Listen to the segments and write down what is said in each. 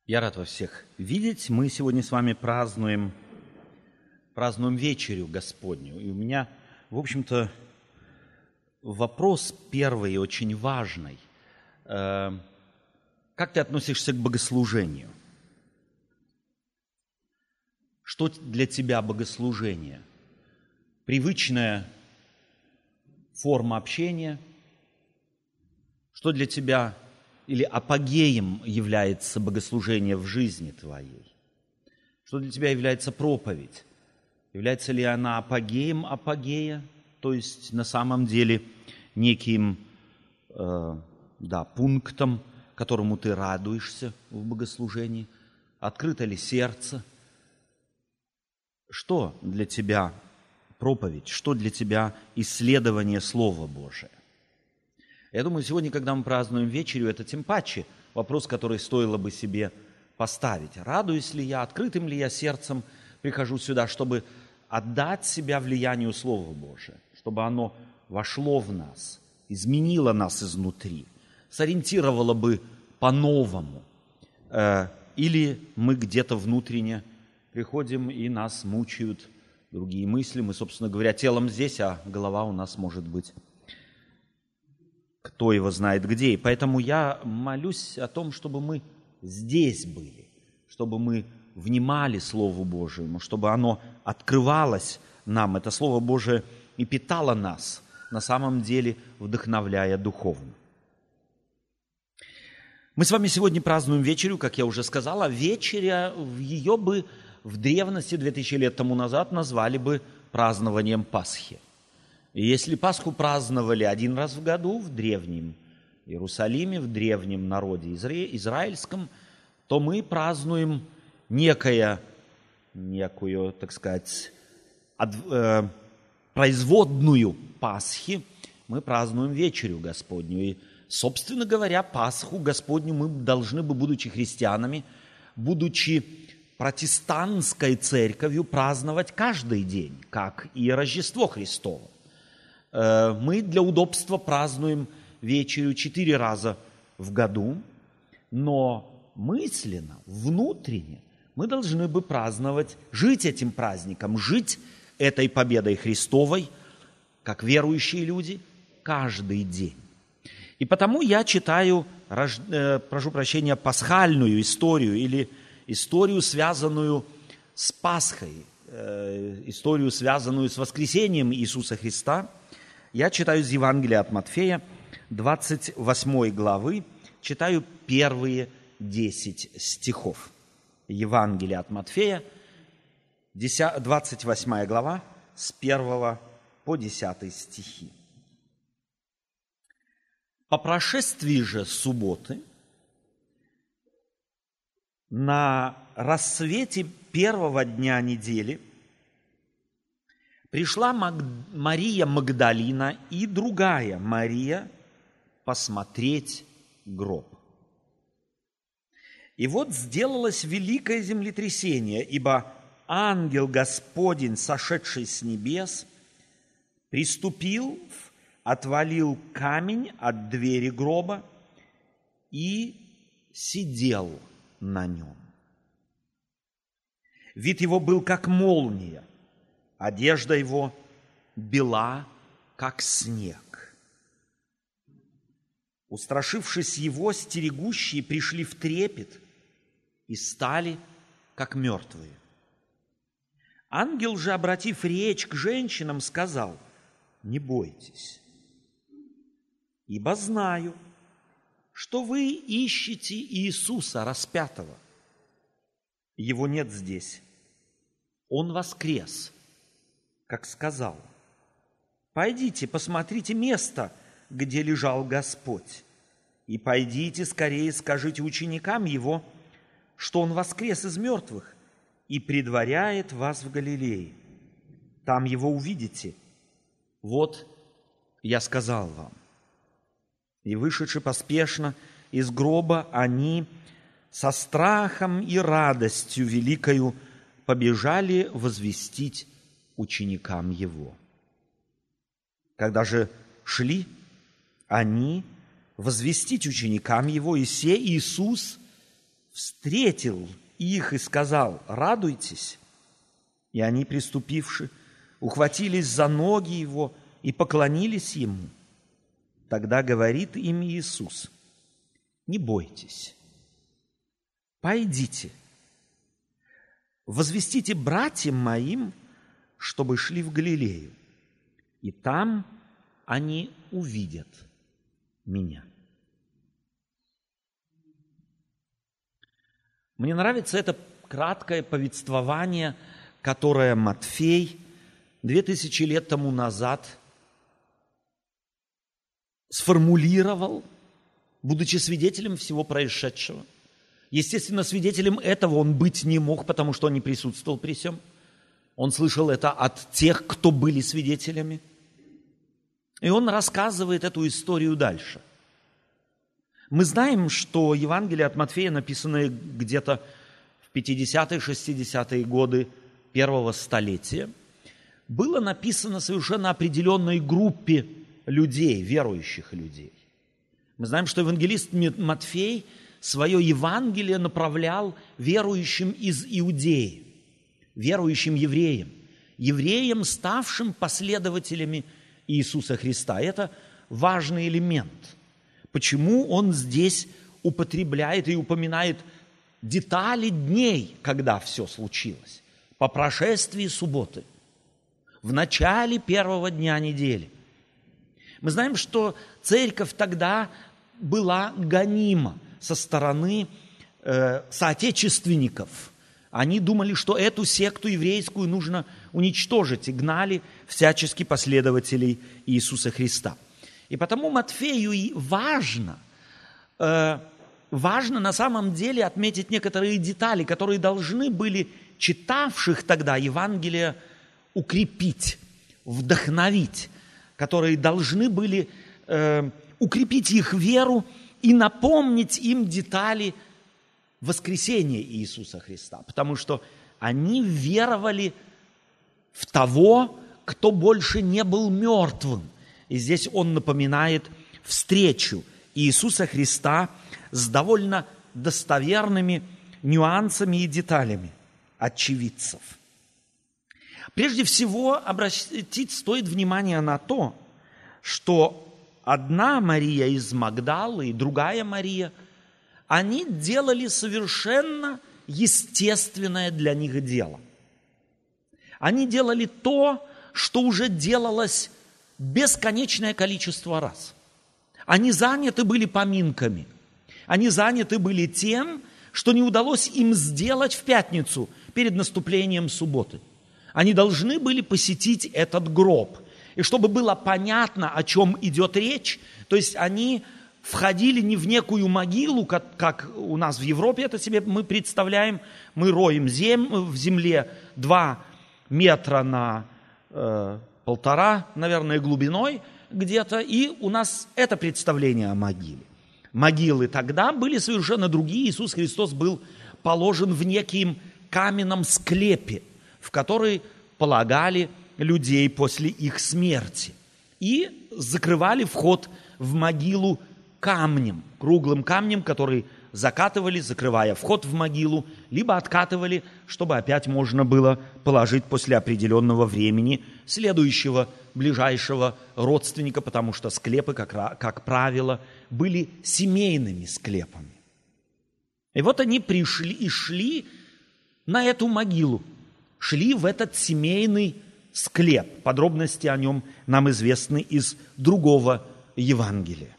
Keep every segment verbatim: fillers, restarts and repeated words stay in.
Я рад вас всех видеть. Мы сегодня с вами празднуем, празднуем вечерю Господню. И у меня, в общем-то, вопрос первый и очень важный. Как ты относишься к богослужению? Что для тебя богослужение? Привычная форма общения? Что для тебя или апогеем является богослужение в жизни твоей? Что для тебя является проповедь? Является ли она апогеем апогея, то есть на самом деле неким э, да, пунктом, которому ты радуешься в богослужении? Открыто ли сердце? Что для тебя проповедь? Что для тебя исследование Слова Божия? Я думаю, сегодня, когда мы празднуем вечерю, это тем паче вопрос, который стоило бы себе поставить. Радуюсь ли я, открытым ли я сердцем прихожу сюда, чтобы отдать себя влиянию Слова Божия, чтобы оно вошло в нас, изменило нас изнутри, сориентировало бы по-новому. Или мы где-то внутренне приходим, и нас мучают другие мысли. Мы, собственно говоря, телом здесь, а голова у нас может быть кто его знает где. И поэтому я молюсь о том, чтобы мы здесь были, чтобы мы внимали Слову Божьему, чтобы оно открывалось нам, это Слово Божие, и питало нас, на самом деле вдохновляя духовно. Мы с вами сегодня празднуем вечерю, как я уже сказала. Вечеря, ее бы в древности, две тысячи лет тому назад, назвали бы празднованием Пасхи. И если Пасху праздновали один раз в году в древнем Иерусалиме, в древнем народе израильском, то мы празднуем некое, некую, так сказать, от, э, производную Пасхи, мы празднуем вечерю Господню. И, собственно говоря, Пасху Господню мы должны бы, будучи христианами, будучи протестантской церковью, праздновать каждый день, как и Рождество Христово. Мы для удобства празднуем вечерю четыре раза в году, но мысленно, внутренне мы должны бы праздновать, жить этим праздником, жить этой победой Христовой, как верующие люди, каждый день. И потому я читаю, прошу прощения, пасхальную историю или историю, связанную с Пасхой, историю, связанную с воскресением Иисуса Христа. Я читаю из Евангелия от Матфея, двадцать восьмой главы, читаю первые десять стихов. Евангелие от Матфея, двадцать восьмая глава, с первого по десятый стихи. «По прошествии же субботы, на рассвете первого дня недели, пришла Мария Магдалина и другая Мария посмотреть гроб. И вот сделалось великое землетрясение, ибо ангел Господень, сошедший с небес, приступил, отвалил камень от двери гроба и сидел на нем. Вид его был как молния, одежда его бела, как снег. Устрашившись его, стерегущие пришли в трепет и стали, как мертвые. Ангел же, обратив речь к женщинам, сказал: «Не бойтесь, ибо знаю, что вы ищете Иисуса распятого. Его нет здесь, Он воскрес, как сказал. Пойдите, посмотрите место, где лежал Господь, и пойдите скорее скажите ученикам Его, что Он воскрес из мертвых и предваряет вас в Галилее. Там Его увидите. Вот я сказал вам». И, вышедши поспешно из гроба, они со страхом и радостью великою побежали возвестить ученикам Его. Когда же шли они возвестить ученикам Его, и се Иисус встретил их и сказал: радуйтесь. И они, приступивши, ухватились за ноги его и поклонились ему. Тогда говорит им Иисус: не бойтесь, пойдите, возвестите братьям моим, чтобы шли в Галилею, и там они увидят меня. Мне нравится это краткое повествование, которое Матфей две тысячи лет тому назад сформулировал, будучи свидетелем всего происшедшего. Естественно, свидетелем этого он быть не мог, потому что он не присутствовал при всем. Он слышал это от тех, кто были свидетелями. И он рассказывает эту историю дальше. Мы знаем, что Евангелие от Матфея, написанное где-то в пятидесятые, шестидесятые годы первого столетия, было написано совершенно определенной группе людей, верующих людей. Мы знаем, что евангелист Матфей свое Евангелие направлял верующим из Иудеи, верующим евреям, евреям, ставшим последователями Иисуса Христа. Это важный элемент. Почему он здесь употребляет и упоминает детали дней, когда все случилось? По прошествии субботы, в начале первого дня недели. Мы знаем, что церковь тогда была гонима со стороны э, соотечественников. Они думали, что эту секту еврейскую нужно уничтожить, и гнали всячески последователей Иисуса Христа. И потому Матфею и важно, э, важно на самом деле отметить некоторые детали, которые должны были читавших тогда Евангелие укрепить, вдохновить, которые должны были э, укрепить их веру и напомнить им детали воскресения Иисуса Христа, потому что они веровали в того, кто больше не был мертвым. И здесь он напоминает встречу Иисуса Христа с довольно достоверными нюансами и деталями очевидцев. Прежде всего, обратить стоит внимание на то, что одна Мария из Магдалы и другая Мария, они делали совершенно естественное для них дело. Они делали то, что уже делалось бесконечное количество раз. Они заняты были поминками. Они заняты были тем, что не удалось им сделать в пятницу перед наступлением субботы. Они должны были посетить этот гроб. И чтобы было понятно, о чем идет речь, то есть они входили не в некую могилу, как, как у нас в Европе это себе мы представляем. Мы роем зем, в земле два метра на э, полтора, наверное, глубиной где-то. И у нас это представление о могиле. Могилы тогда были совершенно другие. Иисус Христос был положен в неким каменном склепе, в который полагали людей после их смерти. И закрывали вход в могилу камнем, круглым камнем, который закатывали, закрывая вход в могилу, либо откатывали, чтобы опять можно было положить после определенного времени следующего, ближайшего родственника, потому что склепы, как, как правило, были семейными склепами. И вот они пришли и шли на эту могилу, шли в этот семейный склеп. Подробности о нем нам известны из другого Евангелия.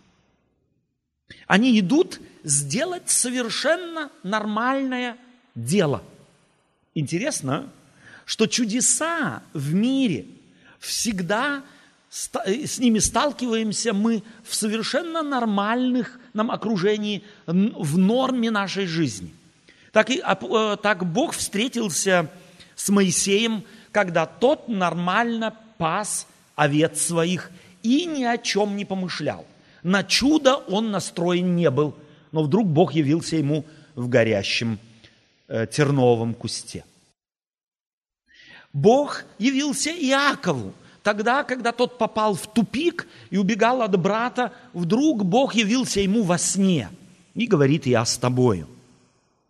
Они идут сделать совершенно нормальное дело. Интересно, что чудеса в мире всегда с ними сталкиваемся мы в совершенно нормальных нам окружении, в норме нашей жизни. Так, и, так Бог встретился с Моисеем, когда тот нормально пас овец своих и ни о чем не помышлял. На чудо он настроен не был, но вдруг Бог явился ему в горящем э, терновом кусте. Бог явился Иакову. Тогда, когда тот попал в тупик и убегал от брата, вдруг Бог явился ему во сне и говорит: «Я с тобою».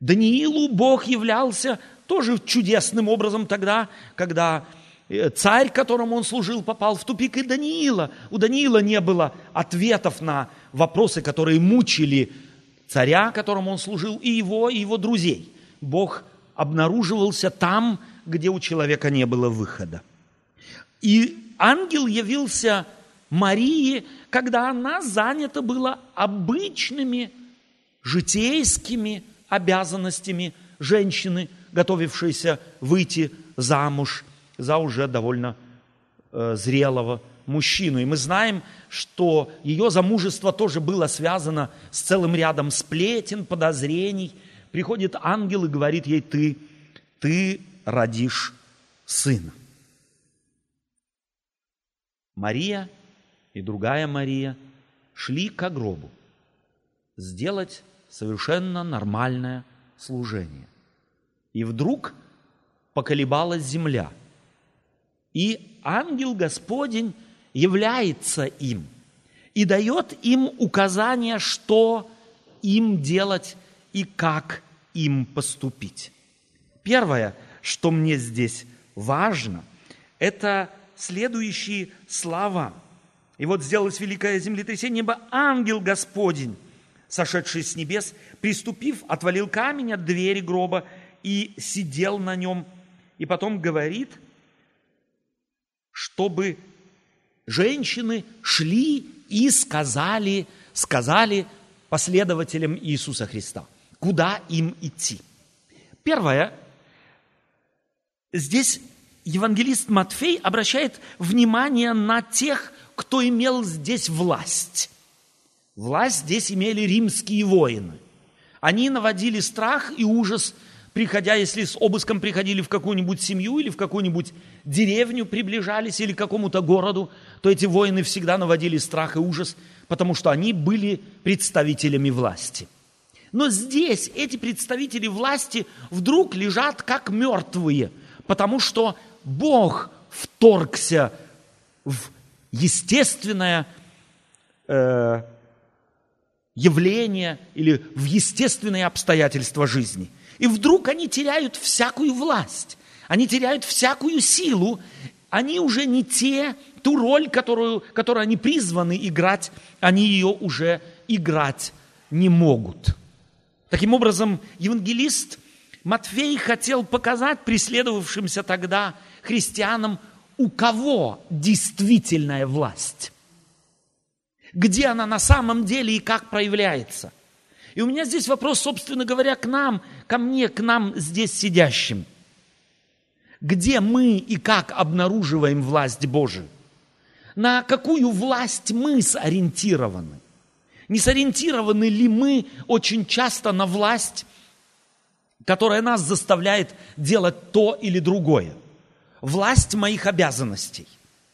Даниилу Бог являлся тоже чудесным образом тогда, когда царь, которому он служил, попал в тупик, и Даниила. У Даниила не было ответов на вопросы, которые мучили царя, которому он служил, и его, и его друзей. Бог обнаруживался там, где у человека не было выхода. И ангел явился Марии, когда она занята была обычными житейскими обязанностями женщины, готовившейся выйти замуж за уже довольно э, зрелого мужчину. И мы знаем, что ее замужество тоже было связано с целым рядом сплетен, подозрений. Приходит ангел и говорит ей: ты, ты родишь сына. Мария и другая Мария шли к гробу сделать совершенно нормальное служение. И вдруг поколебалась земля. И ангел Господень является им и дает им указания, что им делать и как им поступить. Первое, что мне здесь важно, это следующие слова. И вот сделалось великое землетрясение, ибо ангел Господень, сошедший с небес, приступив, отвалил камень от двери гроба и сидел на нем. И потом говорит, чтобы женщины шли и сказали, сказали последователям Иисуса Христа, куда им идти. Первое, здесь евангелист Матфей обращает внимание на тех, кто имел здесь власть. Власть здесь имели римские воины. Они наводили страх и ужас, приходя, если с обыском приходили в какую-нибудь семью или в какую-нибудь деревню, приближались или к какому-то городу, то эти воины всегда наводили страх и ужас, потому что они были представителями власти. Но здесь эти представители власти вдруг лежат как мертвые, потому что Бог вторгся в естественное э, явление или в естественные обстоятельства жизни. И вдруг они теряют всякую власть, они теряют всякую силу, они уже не те, ту роль, которую, которую они призваны играть, они ее уже играть не могут. Таким образом, евангелист Матфей хотел показать преследовавшимся тогда христианам, у кого действительная власть, где она на самом деле и как проявляется. И у меня здесь вопрос, собственно говоря, к нам, ко мне, к нам здесь сидящим. Где мы и как обнаруживаем власть Божию? На какую власть мы сориентированы? Не сориентированы ли мы очень часто на власть, которая нас заставляет делать то или другое? Власть моих обязанностей,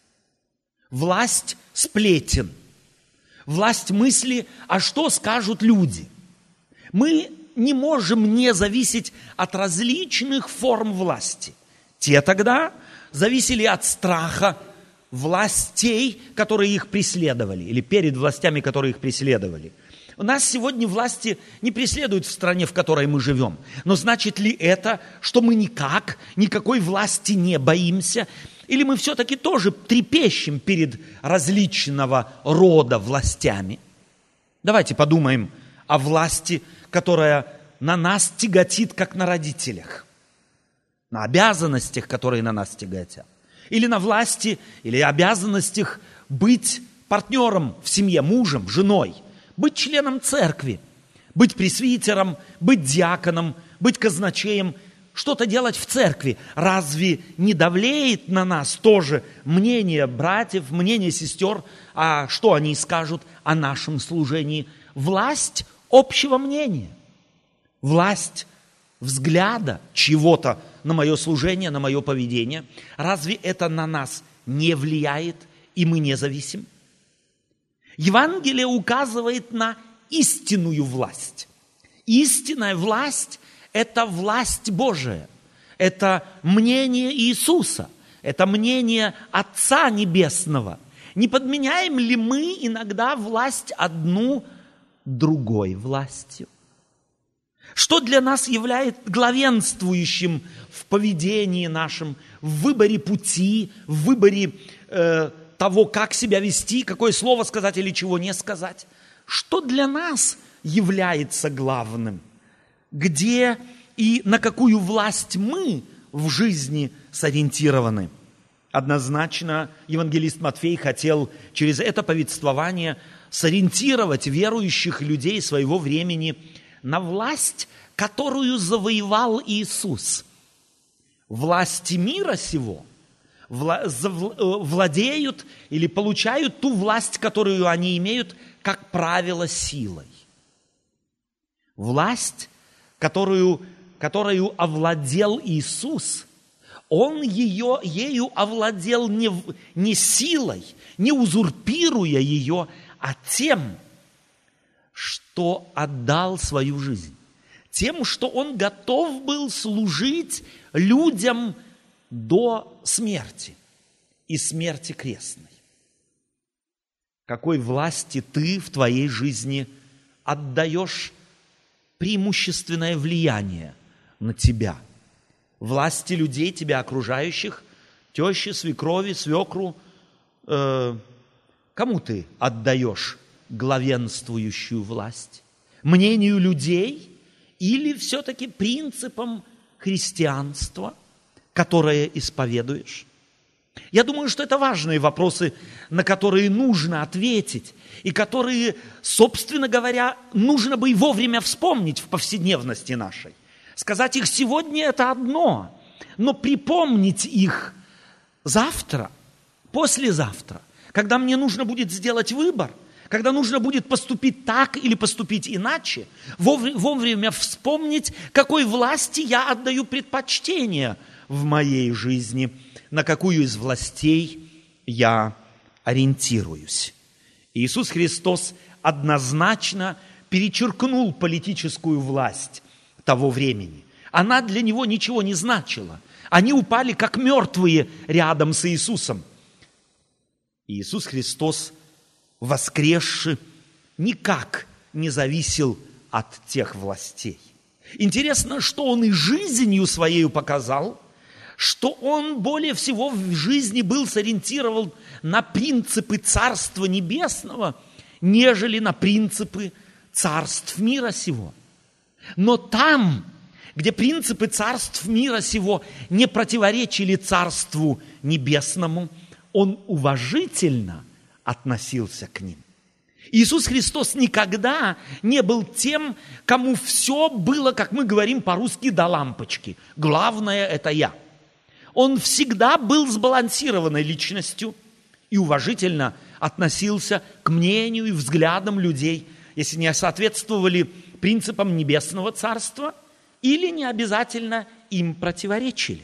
власть сплетен, власть мысли, а что скажут люди? Мы не можем не зависеть от различных форм власти. Те тогда зависели от страха властей, которые их преследовали, или перед властями, которые их преследовали. У нас сегодня власти не преследуют в стране, в которой мы живем. Но значит ли это, что мы никак, никакой власти не боимся? Или мы все-таки тоже трепещем перед различного рода властями? Давайте подумаем о власти, которая на нас тяготит, как на родителях. На обязанностях, которые на нас тяготят. Или на власти, или обязанностях быть партнером в семье, мужем, женой. Быть членом церкви, быть пресвитером, быть диаконом, быть казначеем, что-то делать в церкви. Разве не давлеет на нас тоже мнение братьев, мнение сестер, а что они скажут о нашем служении? Власть общего мнения, власть взгляда чего-то на мое служение, на мое поведение. Разве это на нас не влияет, и мы не зависим? Евангелие указывает на истинную власть. Истинная власть – это власть Божия. Это мнение Иисуса. Это мнение Отца Небесного. Не подменяем ли мы иногда власть одну другой властью? Что для нас является главенствующим в поведении нашем, в выборе пути, в выборе э, того, как себя вести, какое слово сказать или чего не сказать? Что для нас является главным? Где и на какую власть мы в жизни сориентированы? Однозначно евангелист Матфей хотел через это повествование сориентировать верующих людей своего времени на власть, которую завоевал Иисус. Власти мира сего владеют или получают ту власть, которую они имеют, как правило, силой. Власть, которую, которую овладел Иисус, Он ее, ею овладел не, не силой, не узурпируя ее, а тем, что отдал свою жизнь. Тем, что Он готов был служить людям до смерти и смерти крестной. Какой власти ты в твоей жизни отдаешь преимущественное влияние на тебя? Власти людей, тебя окружающих, тещи, свекрови, свекру. Э, кому ты отдаешь главенствующую власть? Мнению людей или все-таки принципам христианства, которое исповедуешь? Я думаю, что это важные вопросы, на которые нужно ответить, и которые, собственно говоря, нужно бы и вовремя вспомнить в повседневности нашей. Сказать их сегодня – это одно, но припомнить их завтра, послезавтра, когда мне нужно будет сделать выбор, когда нужно будет поступить так или поступить иначе, вовремя вспомнить, какой власти я отдаю предпочтение в моей жизни, на какую из властей я ориентируюсь. Иисус Христос однозначно перечеркнул политическую власть того времени. Она для него ничего не значила. Они упали как мертвые рядом с Иисусом. Иисус Христос, воскресший, никак не зависел от тех властей. Интересно, что Он и жизнью Своей показал, что Он более всего в жизни был сориентирован на принципы Царства Небесного, нежели на принципы царств мира сего. Но там, где принципы царств мира сего не противоречили Царству Небесному, Он уважительно относился к ним. Иисус Христос никогда не был тем, кому все было, как мы говорим по-русски, до лампочки. Главное – это я. Он всегда был сбалансированной личностью и уважительно относился к мнению и взглядам людей, если не соответствовали принципам Небесного Царства или не обязательно им противоречили.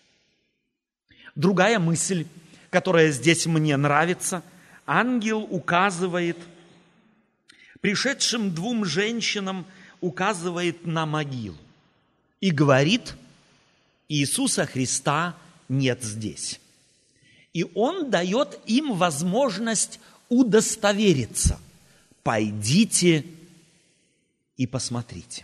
Другая мысль, которая здесь мне нравится, ангел указывает, пришедшим двум женщинам указывает на могилу и говорит: Иисуса Христа нет здесь. И Он дает им возможность удостовериться. Пойдите и посмотрите.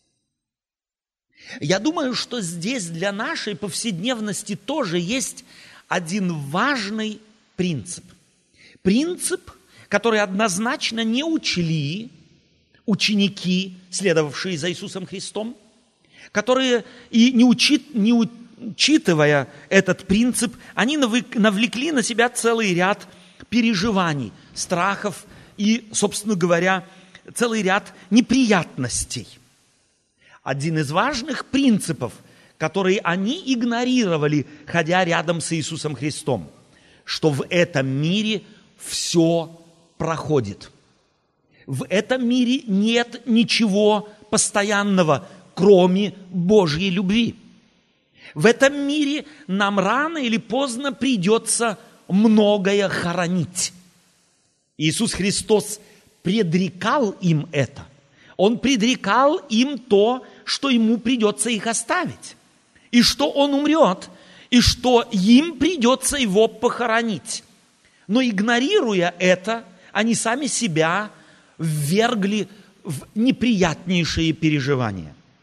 Я думаю, что здесь для нашей повседневности тоже есть один важный принцип. Принцип, который однозначно не учли ученики, следовавшие за Иисусом Христом, которые, и не, учит, не учитывая этот принцип, они навлекли на себя целый ряд переживаний, страхов и, собственно говоря, целый ряд неприятностей. Один из важных принципов, которые они игнорировали, ходя рядом с Иисусом Христом, что в этом мире все проходит. В этом мире нет ничего постоянного, кроме Божьей любви. В этом мире нам рано или поздно придется многое хоронить. Иисус Христос предрекал им это. Он предрекал им то, что ему придется их оставить, и что он умрет, и что им придется его похоронить. Но игнорируя это, они сами себя ввергли в неприятнейшие переживания.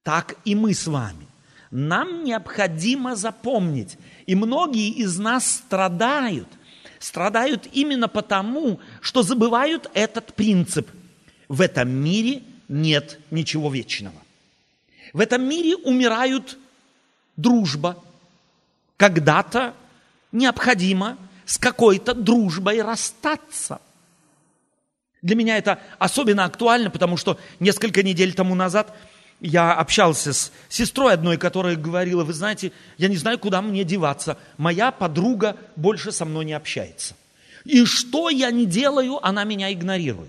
так и мы с вами. Нам необходимо запомнить, и многие из нас страдают, страдают именно потому, что забывают этот принцип. В этом мире нет ничего вечного. В этом мире умирают дружба. Когда-то необходимо с какой-то дружбой расстаться. Для меня это особенно актуально, потому что несколько недель тому назад я общался с сестрой одной, которая говорила: вы знаете, я не знаю, куда мне деваться. Моя подруга больше со мной не общается. И что я ни делаю, она меня игнорирует.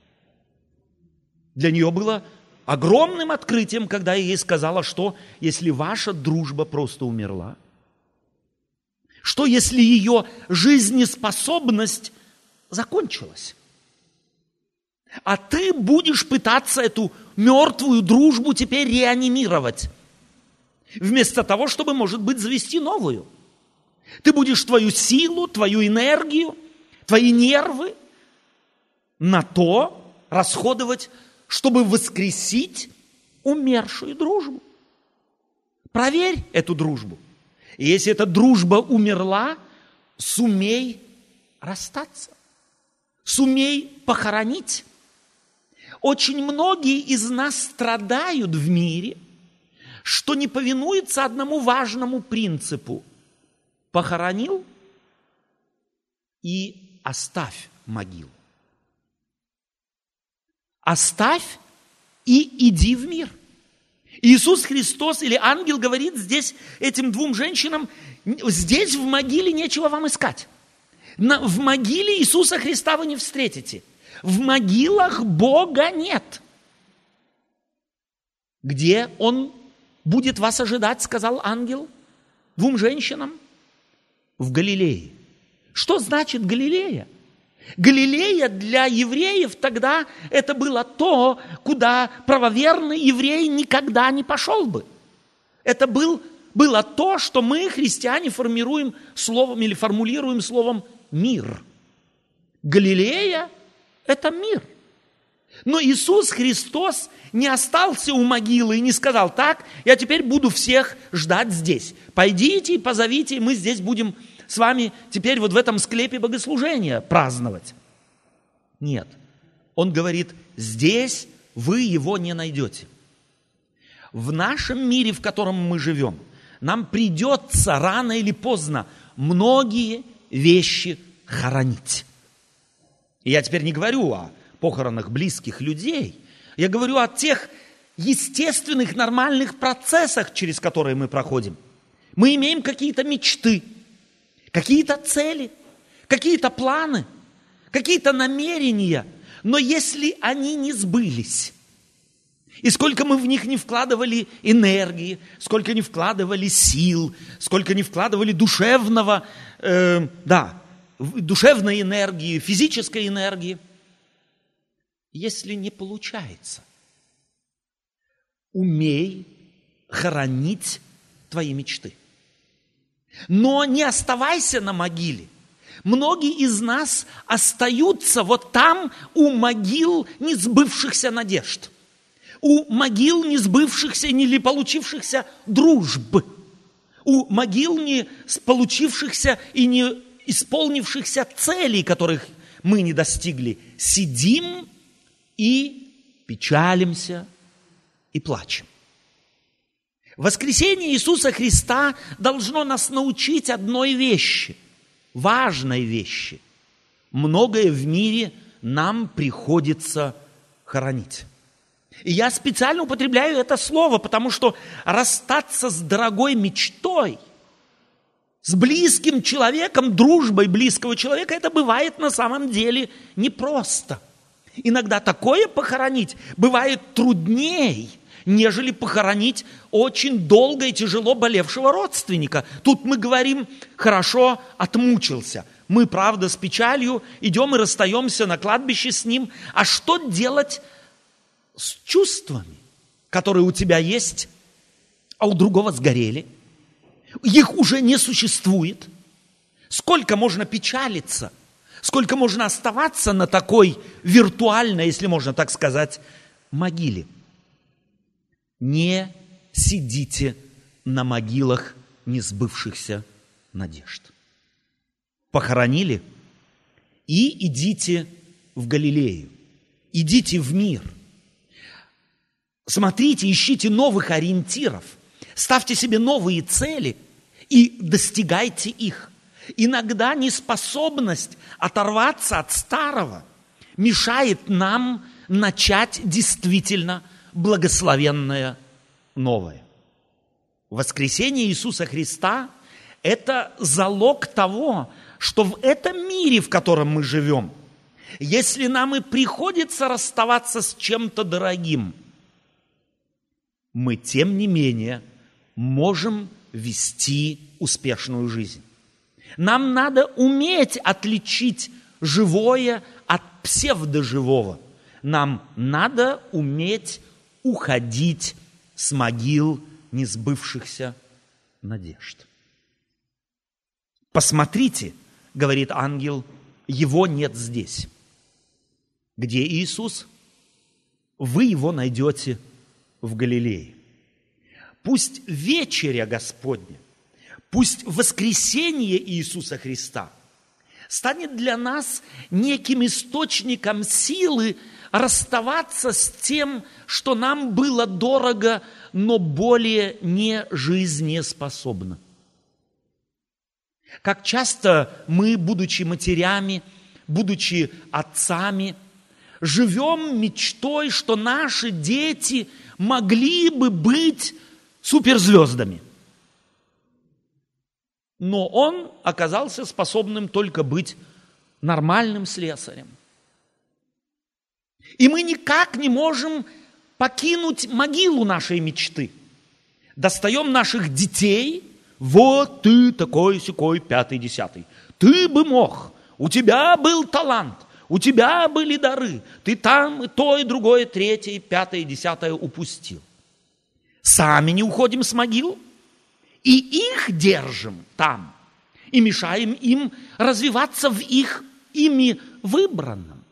Для нее было огромным открытием, когда я ей сказала, что если ваша дружба просто умерла, что если ее жизнеспособность закончилась, а ты будешь пытаться эту мертвую дружбу теперь реанимировать, вместо того, чтобы, может быть, завести новую. Ты будешь твою силу, твою энергию, твои нервы на то расходовать, чтобы воскресить умершую дружбу. Проверь эту дружбу. И если эта дружба умерла, сумей расстаться. Сумей похоронить. Очень многие из нас страдают в мире, что не повинуются одному важному принципу. Похоронил и оставь могилу. Оставь и иди в мир. Иисус Христос или ангел говорит здесь этим двум женщинам: здесь в могиле нечего вам искать. В могиле Иисуса Христа вы не встретите. В могилах Бога нет. Где Он будет вас ожидать, сказал ангел двум женщинам? В Галилее. Что значит Галилея? Галилея для евреев тогда это было то, куда правоверный еврей никогда не пошел бы. Это был, было то, что мы, христиане, формируем словом или формулируем словом «мир». Галилея – это мир. Но Иисус Христос не остался у могилы и не сказал: так, я теперь буду всех ждать здесь. Пойдите и позовите, и мы здесь будем с вами теперь вот в этом склепе богослужения праздновать. Нет. Он говорит: здесь вы его не найдете. В нашем мире, в котором мы живем, нам придется рано или поздно многие вещи хоронить. И я теперь не говорю о похоронах близких людей. Я говорю о тех естественных, нормальных процессах, через которые мы проходим. Мы имеем какие-то мечты, какие-то цели, какие-то планы, какие-то намерения. Но если они не сбылись, и сколько мы в них не вкладывали энергии, сколько не вкладывали сил, сколько не вкладывали душевного, э, да, душевной энергии, физической энергии, если не получается, умей хоронить твои мечты. Но не оставайся на могиле. Многие из нас остаются вот там у могил несбывшихся надежд, у могил несбывшихся или получившихся дружб, у могил не получившихся и не исполнившихся целей, которых мы не достигли. Сидим и печалимся и плачем. Воскресение Иисуса Христа должно нас научить одной вещи, важной вещи. Многое в мире нам приходится хоронить. И я специально употребляю это слово, потому что расстаться с дорогой мечтой, с близким человеком, дружбой близкого человека, это бывает на самом деле непросто. Иногда такое похоронить бывает трудней, нежели похоронить очень долго и тяжело болевшего родственника. Тут мы говорим: хорошо, отмучился. Мы, правда, с печалью идем и расстаемся на кладбище с ним. А что делать с чувствами, которые у тебя есть, а у другого сгорели? Их уже не существует. Сколько можно печалиться? Сколько можно оставаться на такой виртуальной, если можно так сказать, могиле? Не сидите на могилах несбывшихся надежд. Похоронили и идите в Галилею, идите в мир. Смотрите, ищите новых ориентиров, ставьте себе новые цели и достигайте их. Иногда неспособность оторваться от старого мешает нам начать действительно благословенное новое. Воскресение Иисуса Христа – это залог того, что в этом мире, в котором мы живем, если нам и приходится расставаться с чем-то дорогим, мы, тем не менее, можем вести успешную жизнь. Нам надо уметь отличить живое от псевдоживого. Нам надо уметь уходить с могил несбывшихся надежд. Посмотрите, говорит ангел, его нет здесь. Где Иисус? Вы его найдете в Галилее. Пусть вечеря Господня, пусть воскресение Иисуса Христа станет для нас неким источником силы расставаться с тем, что нам было дорого, но более не жизнеспособно. Как часто мы, будучи матерями, будучи отцами, живем мечтой, что наши дети могли бы быть суперзвездами. Но он оказался способным только быть нормальным слесарем. И мы никак не можем покинуть могилу нашей мечты. Достаем наших детей, вот ты такой-сякой, пятый-десятый. Ты бы мог, у тебя был талант, у тебя были дары, ты там и то, и другое, третье, пятое, и десятое упустил. Сами не уходим с могил, и их держим там, и мешаем им развиваться в их ими выбранном.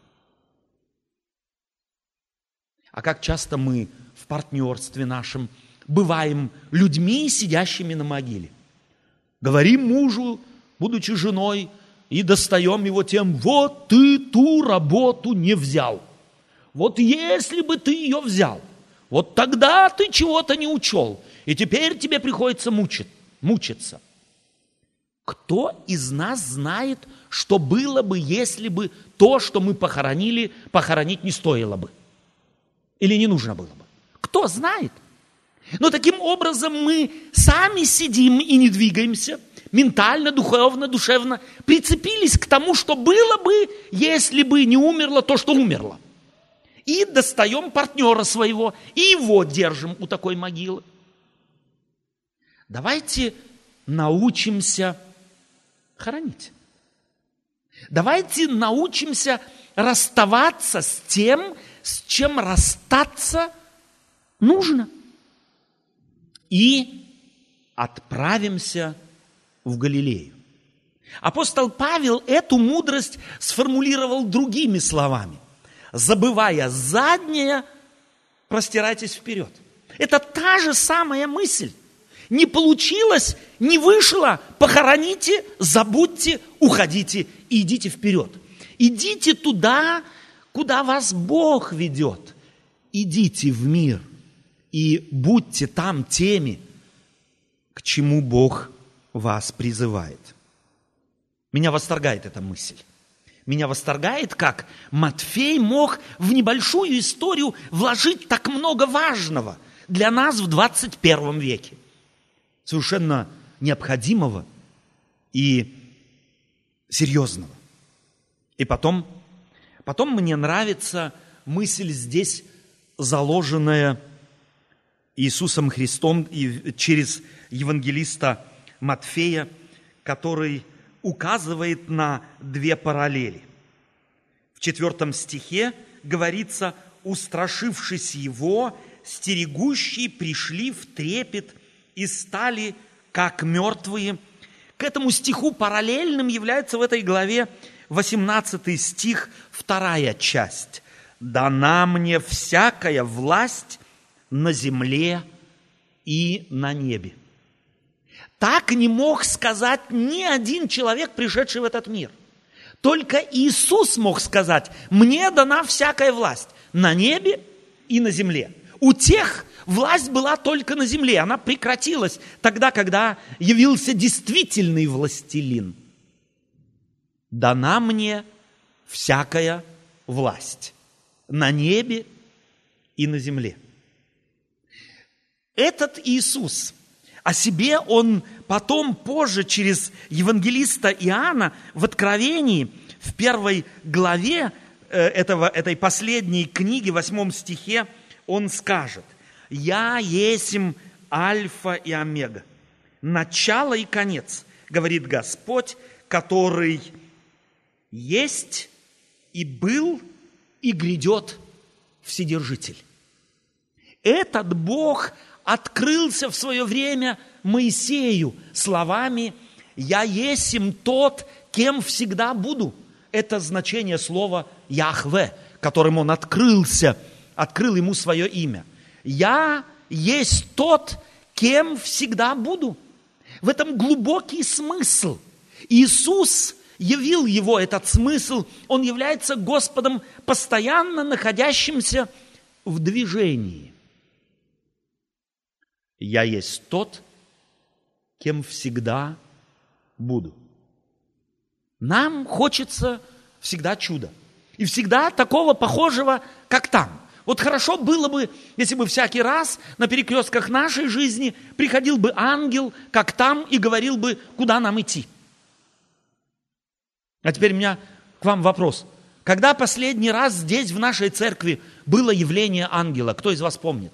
А как часто мы в партнерстве нашем бываем людьми, сидящими на могиле. Говорим мужу, будучи женой, и достаем его тем: вот ты ту работу не взял. Вот если бы ты ее взял, вот тогда ты чего-то не учел, и теперь тебе приходится мучить, мучиться. Кто из нас знает, что было бы, если бы то, что мы похоронили, похоронить не стоило бы? Или не нужно было бы? Кто знает? Но таким образом мы сами сидим и не двигаемся, ментально, духовно, душевно, прицепились к тому, что было бы, если бы не умерло то, что умерло. И достаем партнера своего, и его держим у такой могилы. Давайте научимся хоронить. Давайте научимся расставаться с тем, с чем расстаться нужно. И отправимся в Галилею. Апостол Павел эту мудрость сформулировал другими словами. Забывая заднее, простирайтесь вперед. Это та же самая мысль. Не получилось, не вышло, похороните, забудьте, уходите и идите вперед. Идите туда, куда вас Бог ведет. Идите в мир и будьте там теми, к чему Бог вас призывает. Меня восторгает эта мысль. Меня восторгает, как Матфей мог в небольшую историю вложить так много важного для нас в двадцать первом веке. Совершенно необходимого и серьезного. И потом, потом мне нравится мысль здесь, заложенная Иисусом Христом и через евангелиста Матфея, который указывает на две параллели. В четвертом стихе говорится: «Устрашившись его, стерегущие пришли в трепет и стали как мертвые». К этому стиху параллельным является в этой главе восемнадцатый стих, вторая часть. «Дана мне всякая власть на земле и на небе. Так не мог сказать ни один человек, пришедший в этот мир. Только Иисус мог сказать: «Мне дана всякая власть на небе и на земле». У тех власть была только на земле. Она прекратилась тогда, когда явился действительный властелин. «Дана мне всякая власть на небе и на земле». Этот Иисус, о себе он потом, позже, через евангелиста Иоанна в Откровении, в первой главе этого, этой последней книги, в восьмом стихе, он скажет: «Я есмь Альфа и Омега, начало и конец, говорит Господь, который есть и был и грядет Вседержитель». Этот Бог открылся в свое время Моисею словами: «Я есмь тот, кем всегда буду». Это значение слова Яхве, которым он открылся, открыл ему свое имя. «Я есть тот, кем всегда буду». В этом глубокий смысл. Иисус явил его этот смысл. Он является Господом, постоянно находящимся в движении. «Я есть тот, кем всегда буду». Нам хочется всегда чуда. И всегда такого похожего, как там. Вот хорошо было бы, если бы всякий раз на перекрестках нашей жизни приходил бы ангел, как там, и говорил бы, куда нам идти. А теперь у меня к вам вопрос. Когда последний раз здесь, в нашей церкви, было явление ангела? Кто из вас помнит?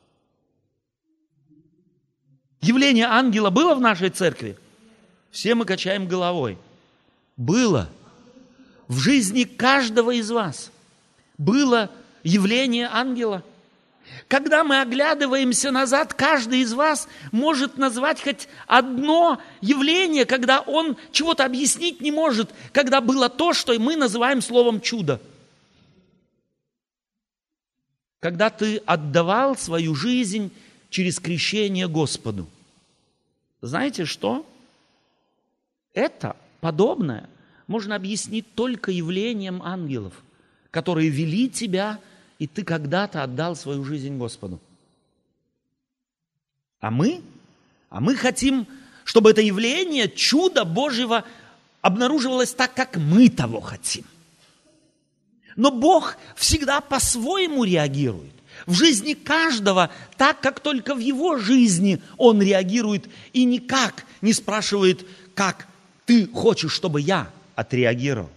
Явление ангела было в нашей церкви? Все мы качаем головой. Было. В жизни каждого из вас было явление ангела. Когда мы оглядываемся назад, каждый из вас может назвать хоть одно явление, когда он чего-то объяснить не может, когда было то, что мы называем словом чудо. Когда ты отдавал свою жизнь через крещение Господу. Знаете что? Это подобное можно объяснить только явлением ангелов, которые вели тебя, и ты когда-то отдал свою жизнь Господу. А мы? А мы хотим, чтобы это явление, чудо Божьего, обнаруживалось так, как мы того хотим. Но Бог всегда по-своему реагирует. В жизни каждого так, как только в его жизни он реагирует, и никак не спрашивает, как ты хочешь, чтобы я отреагировал.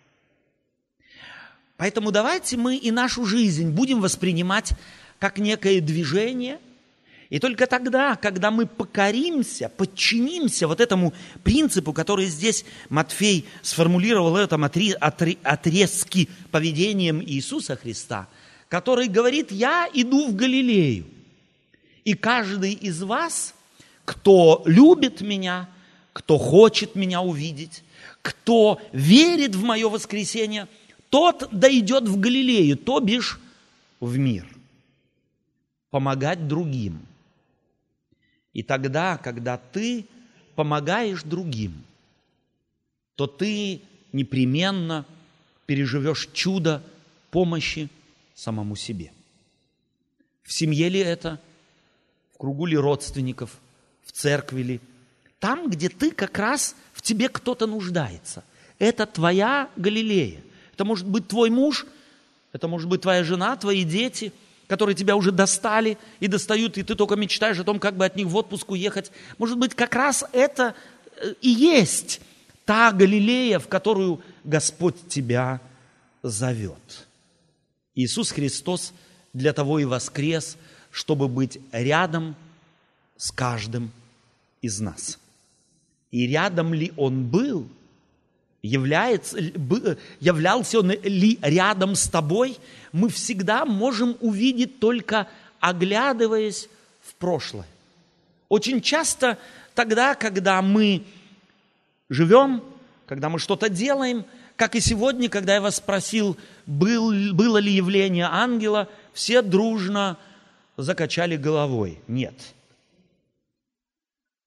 Поэтому давайте мы и нашу жизнь будем воспринимать как некое движение. И только тогда, когда мы покоримся, подчинимся вот этому принципу, который здесь Матфей сформулировал в этом отрезке поведением Иисуса Христа, который говорит: «Я иду в Галилею, и каждый из вас, кто любит меня, кто хочет меня увидеть, кто верит в мое воскресение, тот дойдет в Галилею, то бишь в мир, помогать другим». И тогда, когда ты помогаешь другим, то ты непременно переживешь чудо помощи самому себе. В семье ли это? В кругу ли родственников? В церкви ли? Там, где ты как раз, в тебе кто-то нуждается. Это твоя Галилея. Это может быть твой муж, это может быть твоя жена, твои дети, которые тебя уже достали и достают, и ты только мечтаешь о том, как бы от них в отпуск уехать. Может быть, как раз это и есть та Галилея, в которую Господь тебя зовет. Иисус Христос для того и воскрес, чтобы быть рядом с каждым из нас. И рядом ли Он был? Является, являлся Он ли рядом с тобой? Мы всегда можем увидеть, только оглядываясь в прошлое. Очень часто тогда, когда мы живем, когда мы что-то делаем, как и сегодня, когда я вас спросил, был, было ли явление ангела, все дружно закачали головой. Нет.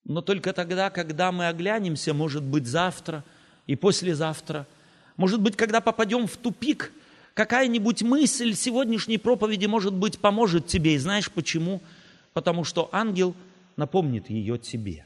Но только тогда, когда мы оглянемся, может быть, завтра и послезавтра, может быть, когда попадем в тупик, какая-нибудь мысль сегодняшней проповеди, может быть, поможет тебе. И знаешь почему? Потому что ангел напомнит ее тебе.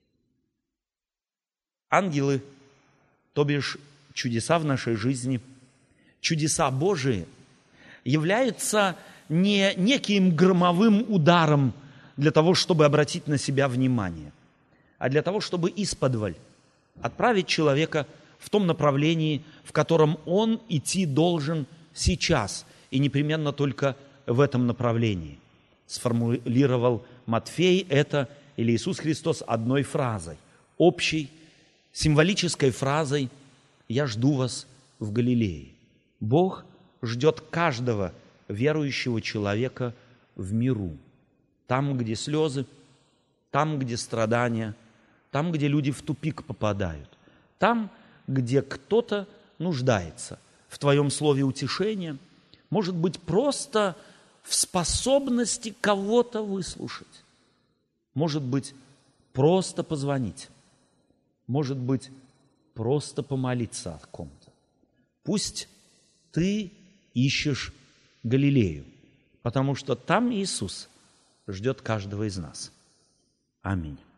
Ангелы, то бишь чудеса в нашей жизни, чудеса Божии, являются не неким громовым ударом для того, чтобы обратить на себя внимание, а для того, чтобы исподволь отправить человека в том направлении, в котором он идти должен сейчас, и непременно только в этом направлении. Сформулировал Матфей это, или Иисус Христос, одной фразой, общей, символической фразой «Я жду вас в Галилее». Бог ждет каждого верующего человека в миру. Там, где слезы, там, где страдания, там, где люди в тупик попадают, там, где кто-то нуждается в твоем слове утешения, может быть, просто в способности кого-то выслушать, может быть, просто позвонить, может быть, просто помолиться о ком-то. Пусть ты ищешь Галилею, потому что там Иисус ждет каждого из нас. Аминь.